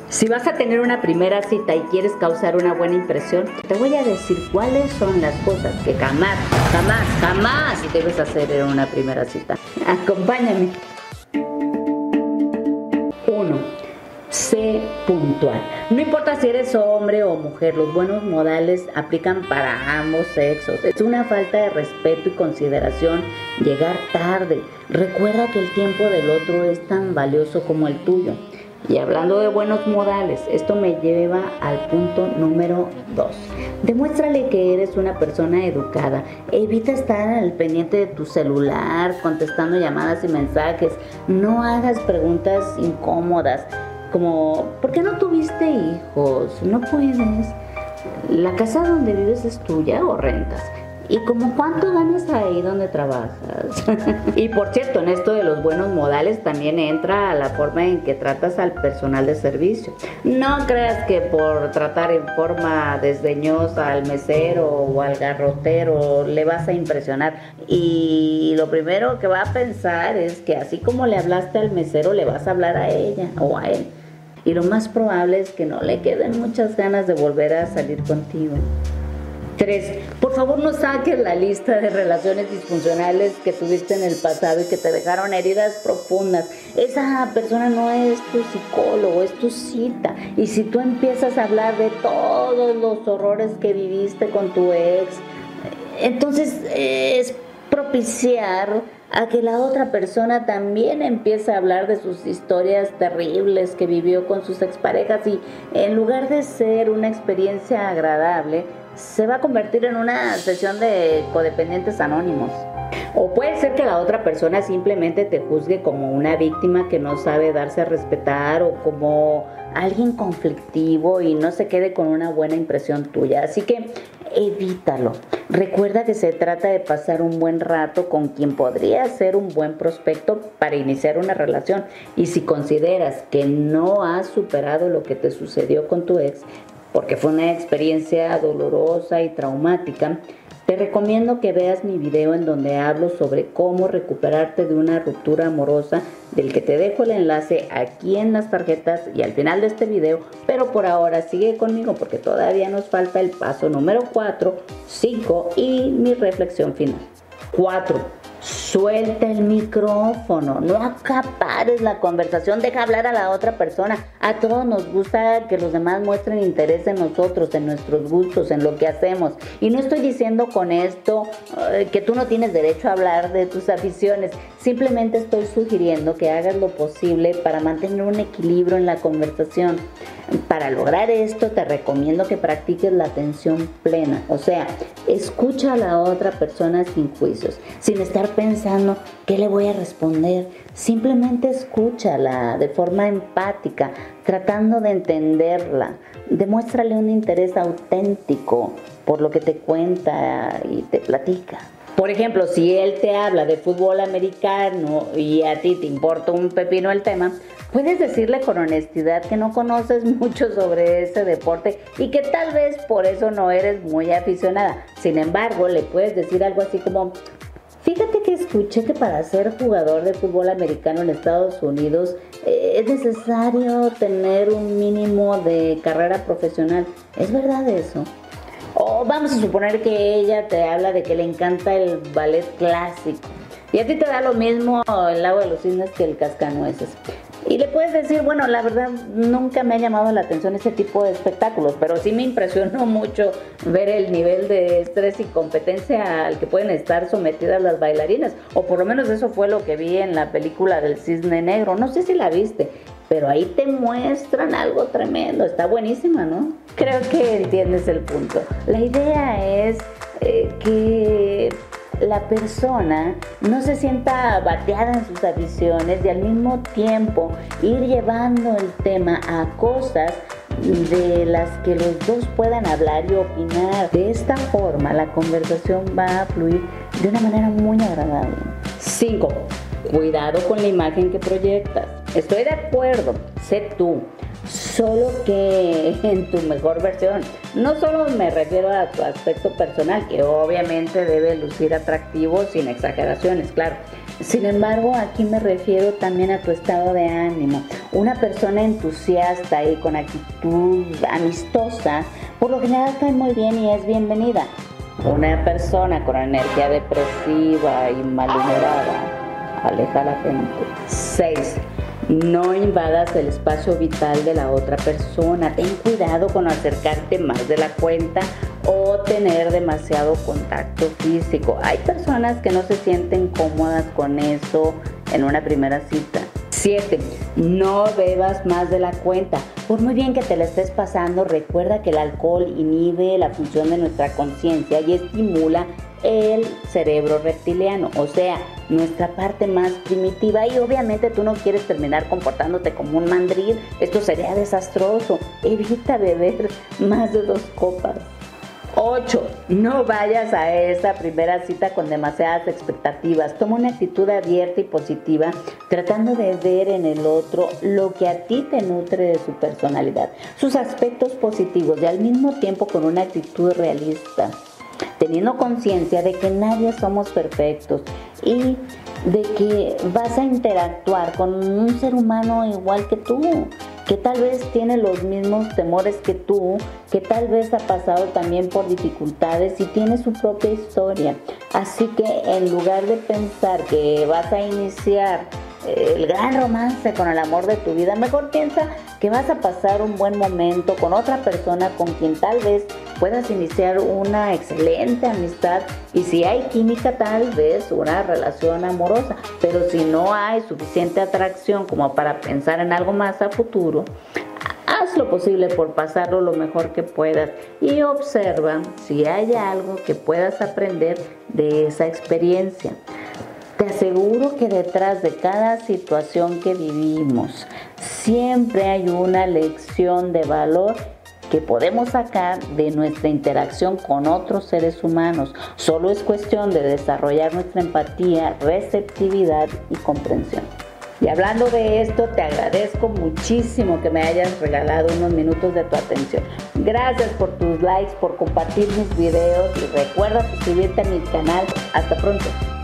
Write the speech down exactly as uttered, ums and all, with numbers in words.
Si vas a tener una primera cita y quieres causar una buena impresión, te voy a decir cuáles son las cosas que jamás, jamás, jamás debes hacer en una primera cita. Acompáñame. uno. Sé puntual. No importa si eres hombre o mujer, los buenos modales aplican para ambos sexos. Es una falta de respeto y consideración llegar tarde. Recuerda que el tiempo del otro es tan valioso como el tuyo. Y hablando de buenos modales, esto me lleva al punto número dos. Demuéstrale que eres una persona educada. Evita estar al pendiente de tu celular, contestando llamadas y mensajes. No hagas preguntas incómodas, como ¿por qué no tuviste hijos? No puedes. ¿La casa donde vives es tuya o rentas? ¿Y como cuánto ganas ahí donde trabajas? Y por cierto, en esto de los buenos modales también entra la forma en que tratas al personal de servicio. No creas que por tratar en forma desdeñosa al mesero o al garrotero le vas a impresionar. Y lo primero que va a pensar es que así como le hablaste al mesero, le vas a hablar a ella o a él. Y lo más probable es que no le queden muchas ganas de volver a salir contigo. tres. Por favor, no saques la lista de relaciones disfuncionales que tuviste en el pasado y que te dejaron heridas profundas. Esa persona no es tu psicólogo, es tu cita. Y si tú empiezas a hablar de todos los horrores que viviste con tu ex, entonces es propiciar a que la otra persona también empiece a hablar de sus historias terribles que vivió con sus exparejas, y en lugar de ser una experiencia agradable, se va a convertir en una sesión de codependientes anónimos. O puede ser que la otra persona simplemente te juzgue como una víctima que no sabe darse a respetar, o como alguien conflictivo y no se quede con una buena impresión tuya. Así que evítalo. Recuerda que se trata de pasar un buen rato con quien podría ser un buen prospecto para iniciar una relación. Y si consideras que no has superado lo que te sucedió con tu ex, porque fue una experiencia dolorosa y traumática, te recomiendo que veas mi video en donde hablo sobre cómo recuperarte de una ruptura amorosa, del que te dejo el enlace aquí en las tarjetas y al final de este video. Pero por ahora sigue conmigo porque todavía nos falta el paso número cuatro, cinco y mi reflexión final. cuatro. Suelta el micrófono, no acapares la conversación, deja hablar a la otra persona. A todos nos gusta que los demás muestren interés en nosotros, en nuestros gustos, en lo que hacemos. Y no estoy diciendo con esto uh, que tú no tienes derecho a hablar de tus aficiones. Simplemente estoy sugiriendo que hagas lo posible para mantener un equilibrio en la conversación. Para lograr esto te recomiendo que practiques la atención plena, o sea, escucha a la otra persona sin juicios, sin estar pensando qué le voy a responder. Simplemente escúchala de forma empática, tratando de entenderla. Demuéstrale un interés auténtico por lo que te cuenta y te platica. Por ejemplo, si él te habla de fútbol americano y a ti te importa un pepino el tema, puedes decirle con honestidad que no conoces mucho sobre ese deporte y que tal vez por eso no eres muy aficionada. Sin embargo, le puedes decir algo así como: fíjate que escuché que para ser jugador de fútbol americano en Estados Unidos eh, es necesario tener un mínimo de carrera profesional. ¿Es verdad eso? O vamos a suponer que ella te habla de que le encanta el ballet clásico y a ti te da lo mismo el lago de los cisnes que el cascanueces. Y le puedes decir: bueno, la verdad nunca me ha llamado la atención ese tipo de espectáculos, pero sí me impresionó mucho ver el nivel de estrés y competencia al que pueden estar sometidas las bailarinas. O por lo menos eso fue lo que vi en la película del Cisne Negro. No sé si la viste, pero ahí te muestran algo tremendo. Está buenísima, ¿no? Creo que entiendes el punto. La idea es eh, que la persona no se sienta bateada en sus aficiones y al mismo tiempo ir llevando el tema a cosas de las que los dos puedan hablar y opinar. De esta forma la conversación va a fluir de una manera muy agradable. cinco. Cuidado con la imagen que proyectas. Estoy de acuerdo, sé tú, solo que en tu mejor versión. No solo me refiero a tu aspecto personal, que obviamente debe lucir atractivo sin exageraciones, claro, Sin embargo, aquí me refiero también a tu estado de ánimo. Una persona entusiasta y con actitud amistosa, por lo general cae muy bien y es bienvenida. Una persona con energía depresiva y malhumorada aleja a la gente. seis. No invadas el espacio vital de la otra persona. Ten cuidado con acercarte más de la cuenta o tener demasiado contacto físico. Hay personas que no se sienten cómodas con eso en una primera cita. siete. No bebas más de la cuenta. Por muy bien que te la estés pasando, recuerda que el alcohol inhibe la función de nuestra conciencia y estimula el cerebro reptiliano, o sea, nuestra parte más primitiva, y obviamente tú no quieres terminar comportándote como un mandril. Esto sería desastroso. Evita beber más de dos copas. ocho. No vayas a esa primera cita con demasiadas expectativas. Toma una actitud abierta y positiva, tratando de ver en el otro lo que a ti te nutre de su personalidad, sus aspectos positivos, y al mismo tiempo con una actitud realista, teniendo conciencia de que nadie somos perfectos y de que vas a interactuar con un ser humano igual que tú, que tal vez tiene los mismos temores que tú, que tal vez ha pasado también por dificultades y tiene su propia historia. Así que en lugar de pensar que vas a iniciar el gran romance con el amor de tu vida, mejor piensa que vas a pasar un buen momento con otra persona con quien tal vez puedas iniciar una excelente amistad, y si hay química, tal vez una relación amorosa. Pero si no hay suficiente atracción como para pensar en algo más a futuro, haz lo posible por pasarlo lo mejor que puedas y observa si hay algo que puedas aprender de esa experiencia. Te aseguro que detrás de cada situación que vivimos siempre hay una lección de valor que podemos sacar de nuestra interacción con otros seres humanos. Solo es cuestión de desarrollar nuestra empatía, receptividad y comprensión. Y hablando de esto, te agradezco muchísimo que me hayas regalado unos minutos de tu atención. Gracias por tus likes, por compartir mis videos, y recuerda suscribirte a mi canal. Hasta pronto.